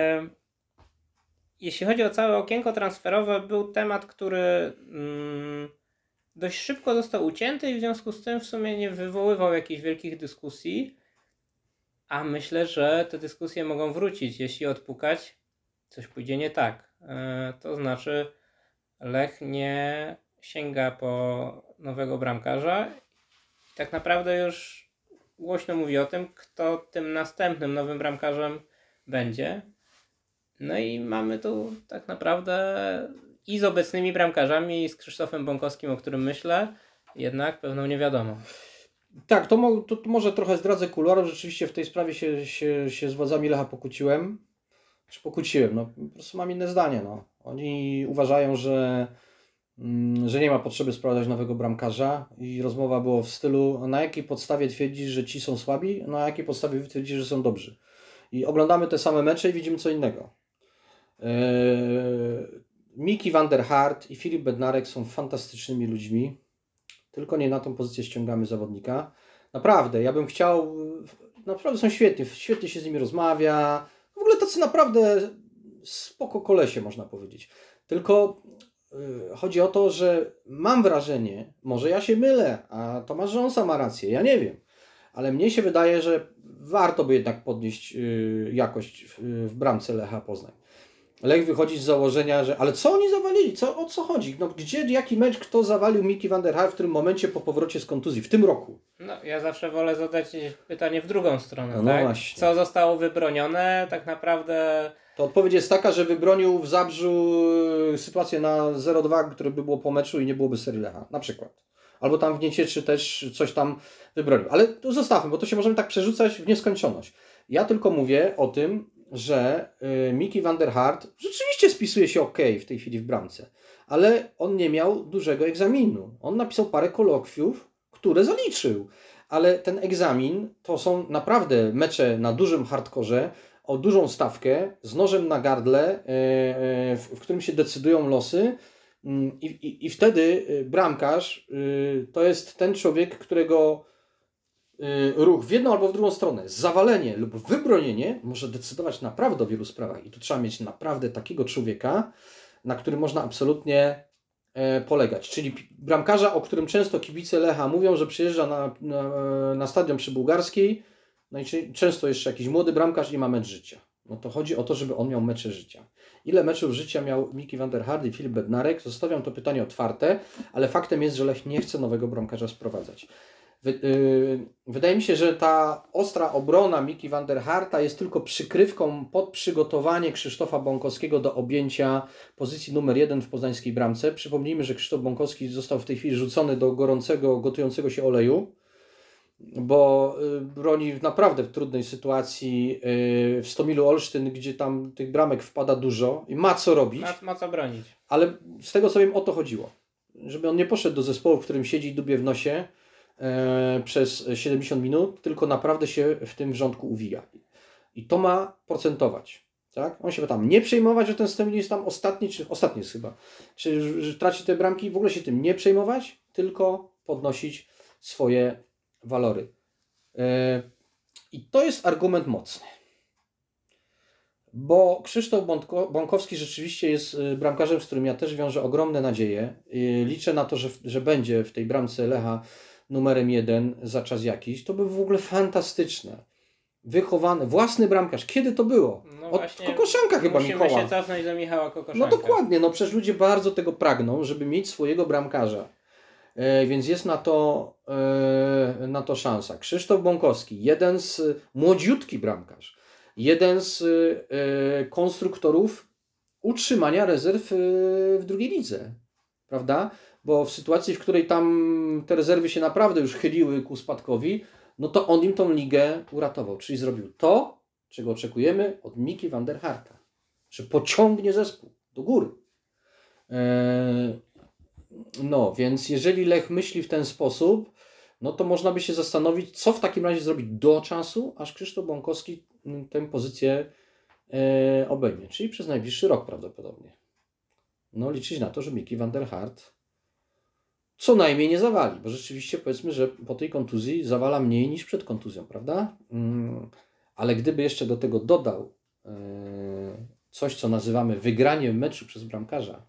Jeśli chodzi o całe okienko transferowe, był temat, który dość szybko został ucięty i w związku z tym w sumie nie wywoływał jakichś wielkich dyskusji, a myślę, że te dyskusje mogą wrócić, jeśli odpukać coś pójdzie nie tak. To znaczy Lech nie sięga po nowego bramkarza i tak naprawdę już głośno mówi o tym, kto tym następnym nowym bramkarzem będzie. No i mamy tu tak naprawdę i z obecnymi bramkarzami, i z Krzysztofem Bąkowskim, o którym myślę, jednak pewną niewiadomą. Tak, to może trochę zdradzę kuluarów. Rzeczywiście w tej sprawie się z władzami Lecha pokłóciłem. No, po prostu mam inne zdanie. No. Oni uważają, że nie ma potrzeby sprowadzać nowego bramkarza i rozmowa była w stylu, na jakiej podstawie twierdzisz, że ci są słabi, na jakiej podstawie twierdzisz, że są dobrzy. I oglądamy te same mecze i widzimy co innego. Miki van der Hart i Filip Bednarek są fantastycznymi ludźmi, tylko nie na tą pozycję ściągamy zawodnika. Naprawdę, ja bym chciał, naprawdę są świetnie się z nimi rozmawia, w ogóle tacy naprawdę spoko kolesie, można powiedzieć. Tylko chodzi o to, że mam wrażenie, może ja się mylę, a Tomasz Rząsa ma rację, ja nie wiem, ale mnie się wydaje, że warto by jednak podnieść jakość w bramce Lecha Poznań. Lech wychodzi z założenia, że ale co oni zawalili? O co chodzi? No, jaki mecz, kto zawalił Miki van der Haar w tym momencie po powrocie z kontuzji, w tym roku? No, ja zawsze wolę zadać pytanie w drugą stronę. No tak? właśnie. Co zostało wybronione? Tak naprawdę... To odpowiedź jest taka, że wybronił w Zabrzu sytuację na 0-2, które by było po meczu i nie byłoby serii Lecha, na przykład. Albo tam w Niecieczy też coś tam wybronił. Ale to zostawmy, bo to się możemy tak przerzucać w nieskończoność. Ja tylko mówię o tym, że Miki van der Hart rzeczywiście spisuje się ok w tej chwili w bramce, ale on nie miał dużego egzaminu. On napisał parę kolokwiów, które zaliczył, ale ten egzamin to są naprawdę mecze na dużym hardkorze, o dużą stawkę, z nożem na gardle, w którym się decydują losy i wtedy bramkarz to jest ten człowiek, którego ruch w jedną albo w drugą stronę, zawalenie lub wybronienie może decydować naprawdę o wielu sprawach. I tu trzeba mieć naprawdę takiego człowieka, na którym można absolutnie polegać. Czyli bramkarza, o którym często kibice Lecha mówią, że przyjeżdża na stadion przy Bułgarskiej, no i często jeszcze jakiś młody bramkarz i ma mecz życia. No to chodzi o to, żeby on miał mecze życia. Ile meczów życia miał Miki van der Hart i Filip Bednarek? Zostawiam to pytanie otwarte, ale faktem jest, że Lech nie chce nowego bramkarza sprowadzać. Wydaje mi się, że ta ostra obrona Miki van der Harta jest tylko przykrywką pod przygotowanie Krzysztofa Bąkowskiego do objęcia pozycji numer 1 w poznańskiej bramce. Przypomnijmy, że Krzysztof Bąkowski został w tej chwili rzucony do gorącego, gotującego się oleju, bo broni naprawdę w trudnej sytuacji w Stomilu Olsztyn, gdzie tam tych bramek wpada dużo i ma co robić. Ma co bronić. Ale z tego co wiem, o to chodziło. Żeby on nie poszedł do zespołu, w którym siedzi i dubie w nosie przez 70 minut, tylko naprawdę się w tym wrzątku uwija. I to ma procentować. Tak? On się tam nie przejmować, że ten Stomil jest tam ostatni jest chyba. Czy że traci te bramki, w ogóle się tym nie przejmować, tylko podnosić swoje walory. I to jest argument mocny. Bo Krzysztof Bąkowski rzeczywiście jest bramkarzem, z którym ja też wiążę ogromne nadzieje. Liczę na to, że będzie w tej bramce Lecha numerem 1 za czas jakiś, to by w ogóle fantastyczne. Wychowany, własny bramkarz. Kiedy to było? No Od właśnie, Kokoszanka chyba musimy Mikoła. się cofnąć do Michała Kokoszanka. No dokładnie, no przecież ludzie bardzo tego pragną, żeby mieć swojego bramkarza. Więc jest na to szansa. Krzysztof Bąkowski, jeden z młodziutki bramkarz, jeden z konstruktorów utrzymania rezerw w drugiej lidze, prawda? Bo w sytuacji, w której tam te rezerwy się naprawdę już chyliły ku spadkowi, no to on im tą ligę uratował, czyli zrobił to, czego oczekujemy od Miki van der Harta, że pociągnie zespół do góry. No, więc jeżeli Lech myśli w ten sposób, no to można by się zastanowić, co w takim razie zrobić do czasu, aż Krzysztof Bąkowski tę pozycję obejmie, czyli przez najbliższy rok prawdopodobnie. No, liczyć na to, że Miki van der Hart co najmniej nie zawali, bo rzeczywiście powiedzmy, że po tej kontuzji zawala mniej niż przed kontuzją, prawda? Ale gdyby jeszcze do tego dodał coś, co nazywamy wygraniem meczu przez bramkarza,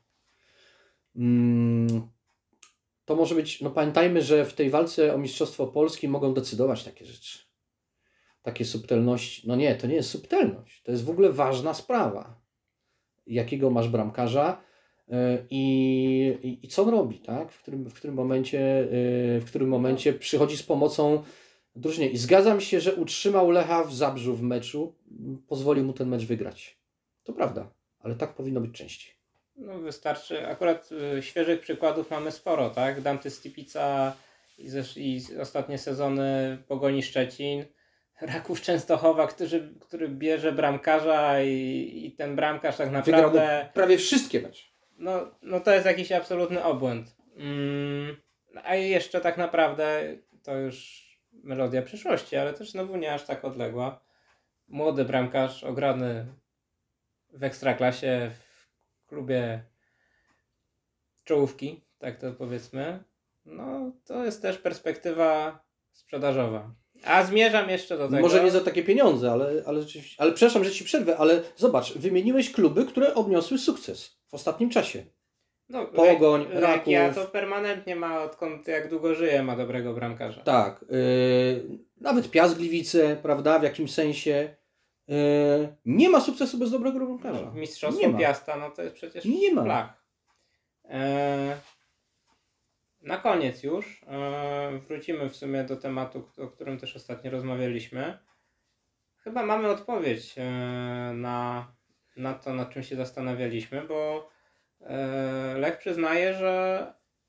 to może być, no pamiętajmy, że w tej walce o Mistrzostwo Polski mogą decydować takie rzeczy. Takie subtelności. No nie, to nie jest subtelność. To jest w ogóle ważna sprawa. Jakiego masz bramkarza i co on robi, tak? W którym momencie przychodzi z pomocą drużynie. I zgadzam się, że utrzymał Lecha w Zabrzu w meczu, pozwolił mu ten mecz wygrać. To prawda, ale tak powinno być częściej. No wystarczy, akurat świeżych przykładów mamy sporo, tak? Dante Stipica i ostatnie sezony Pogoni Szczecin, Raków Częstochowa, który bierze bramkarza i ten bramkarz tak naprawdę... Wygrał prawie wszystkie mecze. No to jest jakiś absolutny obłęd. A jeszcze tak naprawdę to już melodia przyszłości, ale też znowu nie aż tak odległa. Młody bramkarz ograny w Ekstraklasie, w klubie czołówki, tak to powiedzmy. No to jest też perspektywa sprzedażowa. A zmierzam jeszcze do tego. Może nie za takie pieniądze, ale rzeczywiście. Ale przepraszam, że ci przerwę, ale zobacz, wymieniłeś kluby, które odniosły sukces w ostatnim czasie. No, Pogoń, Raków. Legia to permanentnie ma, odkąd jak długo żyje, ma dobrego bramkarza. Tak. Nawet Piast Gliwice, prawda, w jakimś sensie. Nie ma sukcesu bez dobrego bramkarza. Mistrzostwo Piasta, no to jest przecież nie ma. Flach. Na koniec już wrócimy w sumie do tematu, o którym też ostatnio rozmawialiśmy. Chyba mamy odpowiedź na to, nad czym się zastanawialiśmy, bo Lech przyznaje, że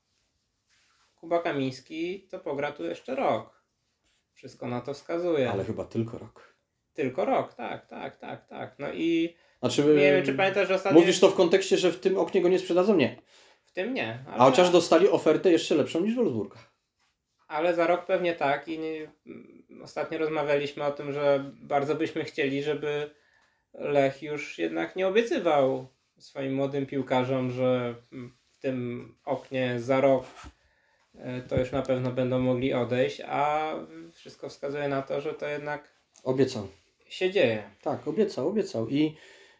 Kuba Kamiński to pogra tu jeszcze rok. Wszystko na to wskazuje. Ale chyba tylko rok. Tylko rok, tak. No i znaczy, nie wiem, czy pamiętasz, że ostatnio... Mówisz to w kontekście, że w tym oknie go nie sprzedadzą? Nie. W tym nie. A chociaż dostali ofertę jeszcze lepszą niż Wolfsburga. Ale za rok pewnie tak i ostatnio rozmawialiśmy o tym, że bardzo byśmy chcieli, żeby Lech już jednak nie obiecywał swoim młodym piłkarzom, że w tym oknie za rok to już na pewno będą mogli odejść, a wszystko wskazuje na to, że to jednak obiecał. Się dzieje. Tak, obiecał. I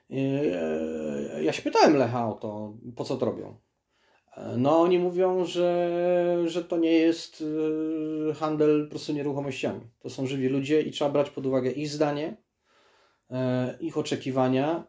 ja się pytałem Lecha o to, po co to robią. No oni mówią, że to nie jest handel po prostu nieruchomościami. To są żywi ludzie i trzeba brać pod uwagę ich zdanie, ich oczekiwania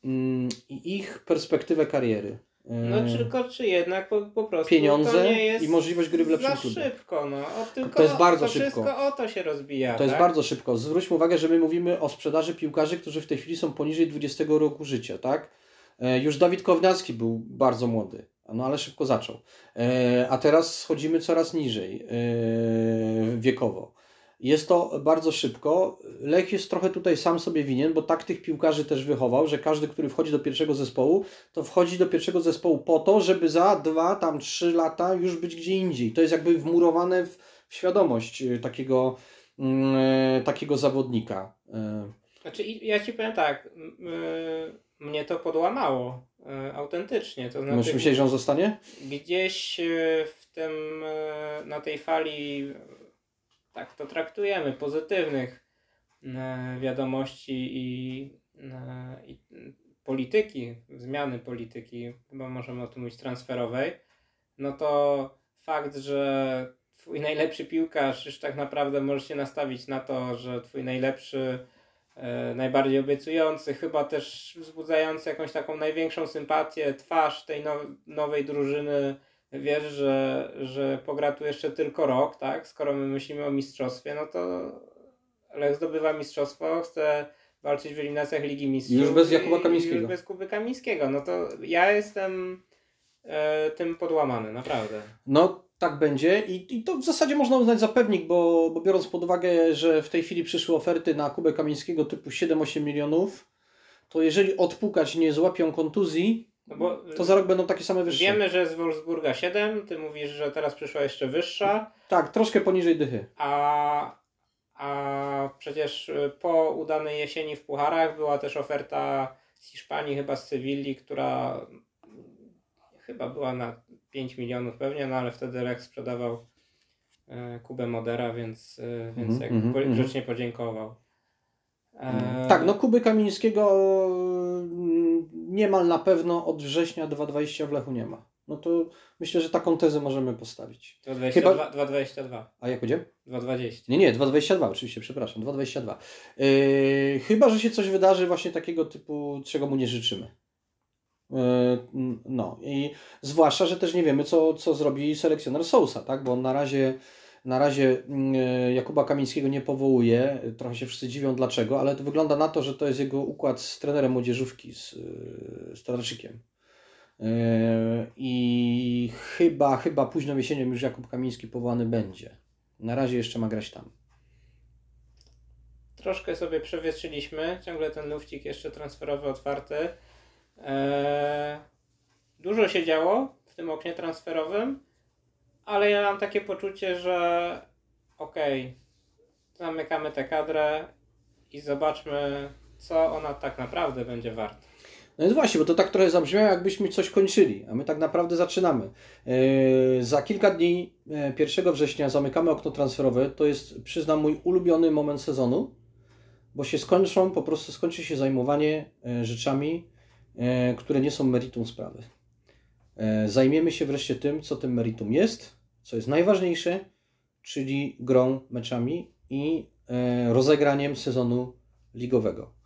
i ich perspektywę kariery. No czy jednak po prostu pieniądze to nie jest i możliwość gry w lepszym klubie. Za szybko, no. To jest bardzo szybko. Wszystko o to się rozbija. To jest bardzo szybko. Zwróćmy uwagę, że my mówimy o sprzedaży piłkarzy, którzy w tej chwili są poniżej 20 roku życia, tak? Już Dawid Kownacki był bardzo młody, no ale szybko zaczął. A teraz schodzimy coraz niżej wiekowo. Jest to bardzo szybko. Lech jest trochę tutaj sam sobie winien, bo tak tych piłkarzy też wychował, że każdy, który wchodzi do pierwszego zespołu, to wchodzi do pierwszego zespołu po to, żeby za 2-3 lata już być gdzie indziej. To jest jakby wmurowane w świadomość takiego zawodnika. Znaczy, ja Ci powiem tak, mnie to podłamało autentycznie. To znaczy, Myślisz, że on zostanie? Gdzieś w tym, na tej fali, tak to traktujemy, pozytywnych wiadomości i polityki, zmiany polityki, chyba możemy o tym mówić, transferowej, no to fakt, że twój najlepszy piłkarz, już tak naprawdę możesz się nastawić na to, że twój najlepszy, najbardziej obiecujący, chyba też wzbudzający jakąś taką największą sympatię, twarz tej nowej drużyny, wiesz, że pogra tu jeszcze tylko rok, tak? Skoro my myślimy o mistrzostwie, no to Lech zdobywa mistrzostwo, chce walczyć w eliminacjach Ligi Mistrzów. Już bez Jakuba Kamińskiego. Już bez Kuby Kamińskiego. No to ja jestem tym podłamany, naprawdę. No tak będzie i to w zasadzie można uznać za pewnik, bo biorąc pod uwagę, że w tej chwili przyszły oferty na Kubę Kamińskiego typu 7-8 milionów, to jeżeli odpukać nie złapią kontuzji, No bo to za rok będą takie same wyższe. wiemy, że z Wolfsburga 7, ty mówisz, że teraz przyszła jeszcze wyższa, Tak, troszkę poniżej dychy. a przecież po udanej jesieni w pucharach była też oferta z Hiszpanii, chyba z Sewilli, która chyba była na 5 milionów pewnie, no ale wtedy Lech sprzedawał Kubę Modera, więc grzecznie podziękował. Tak, no Kuby Kamińskiego niemal na pewno od września 2020 w Lechu nie ma. No to myślę, że taką tezę możemy postawić. 2,22. A jak będzie? 2,20. Nie, 2,22 oczywiście, przepraszam, 2,22. Chyba, że się coś wydarzy właśnie takiego typu, czego mu nie życzymy. No i zwłaszcza, że też nie wiemy, co zrobi selekcjoner Sousa, tak? Bo on na razie Jakuba Kamińskiego nie powołuje. Trochę się wszyscy dziwią dlaczego, ale to wygląda na to, że to jest jego układ z trenerem młodzieżówki, z Tadarczykiem. I chyba późną jesienią już Jakub Kamiński powołany będzie. Na razie jeszcze ma grać tam. Troszkę sobie przewietrzyliśmy, ciągle ten lufcik jeszcze transferowy otwarty. Dużo się działo w tym oknie transferowym, ale ja mam takie poczucie, że zamykamy tę kadrę i zobaczmy, co ona tak naprawdę będzie warta. No więc właśnie, bo to tak trochę zabrzmiało, jakbyśmy coś kończyli, a my tak naprawdę zaczynamy. Za kilka dni, 1 września, zamykamy okno transferowe. To jest, przyznam, mój ulubiony moment sezonu, bo po prostu skończy się zajmowanie rzeczami, które nie są meritum sprawy. Zajmiemy się wreszcie tym, co tym meritum jest, co jest najważniejsze, czyli grą, meczami i rozegraniem sezonu ligowego.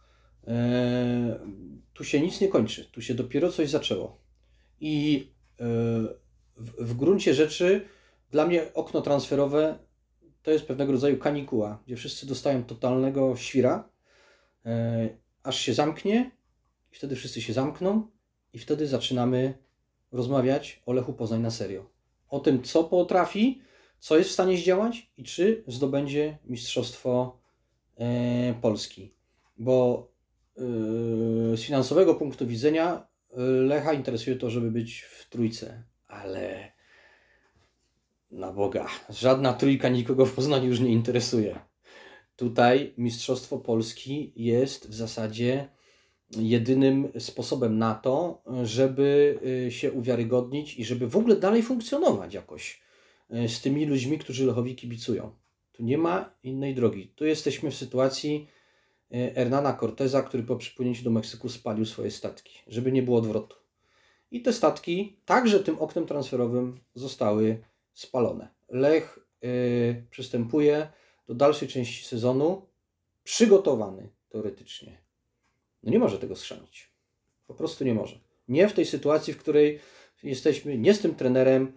Tu się nic nie kończy, tu się dopiero coś zaczęło. I w gruncie rzeczy dla mnie okno transferowe to jest pewnego rodzaju kanikuła, gdzie wszyscy dostają totalnego świra, aż się zamknie i wtedy wszyscy się zamkną i wtedy zaczynamy rozmawiać o Lechu Poznań na serio. O tym, co potrafi, co jest w stanie zdziałać i czy zdobędzie Mistrzostwo Polski. Bo z finansowego punktu widzenia Lecha interesuje to, żeby być w trójce, ale na Boga, żadna trójka nikogo w Poznaniu już nie interesuje. Tutaj Mistrzostwo Polski jest w zasadzie jedynym sposobem na to, żeby się uwiarygodnić i żeby w ogóle dalej funkcjonować jakoś z tymi ludźmi, którzy Lechowi kibicują. Tu nie ma innej drogi. Tu jesteśmy w sytuacji Hernana Corteza, który po przypłynięciu do Meksyku spalił swoje statki, żeby nie było odwrotu. I te statki także tym oknem transferowym zostały spalone. Lech przystępuje do dalszej części sezonu przygotowany teoretycznie. No nie może tego schrzanić. Po prostu nie może. Nie w tej sytuacji, w której jesteśmy, nie z tym trenerem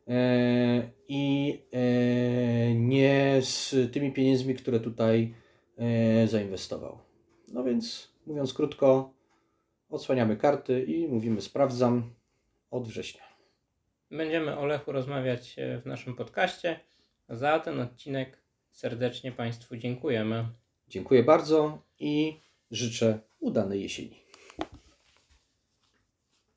i nie z tymi pieniędzmi, które tutaj zainwestował. No więc, mówiąc krótko, odsłaniamy karty i mówimy sprawdzam od września. Będziemy o Lechu rozmawiać w naszym podcaście. Za ten odcinek serdecznie Państwu dziękujemy. Dziękuję bardzo i życzę udanej jesieni.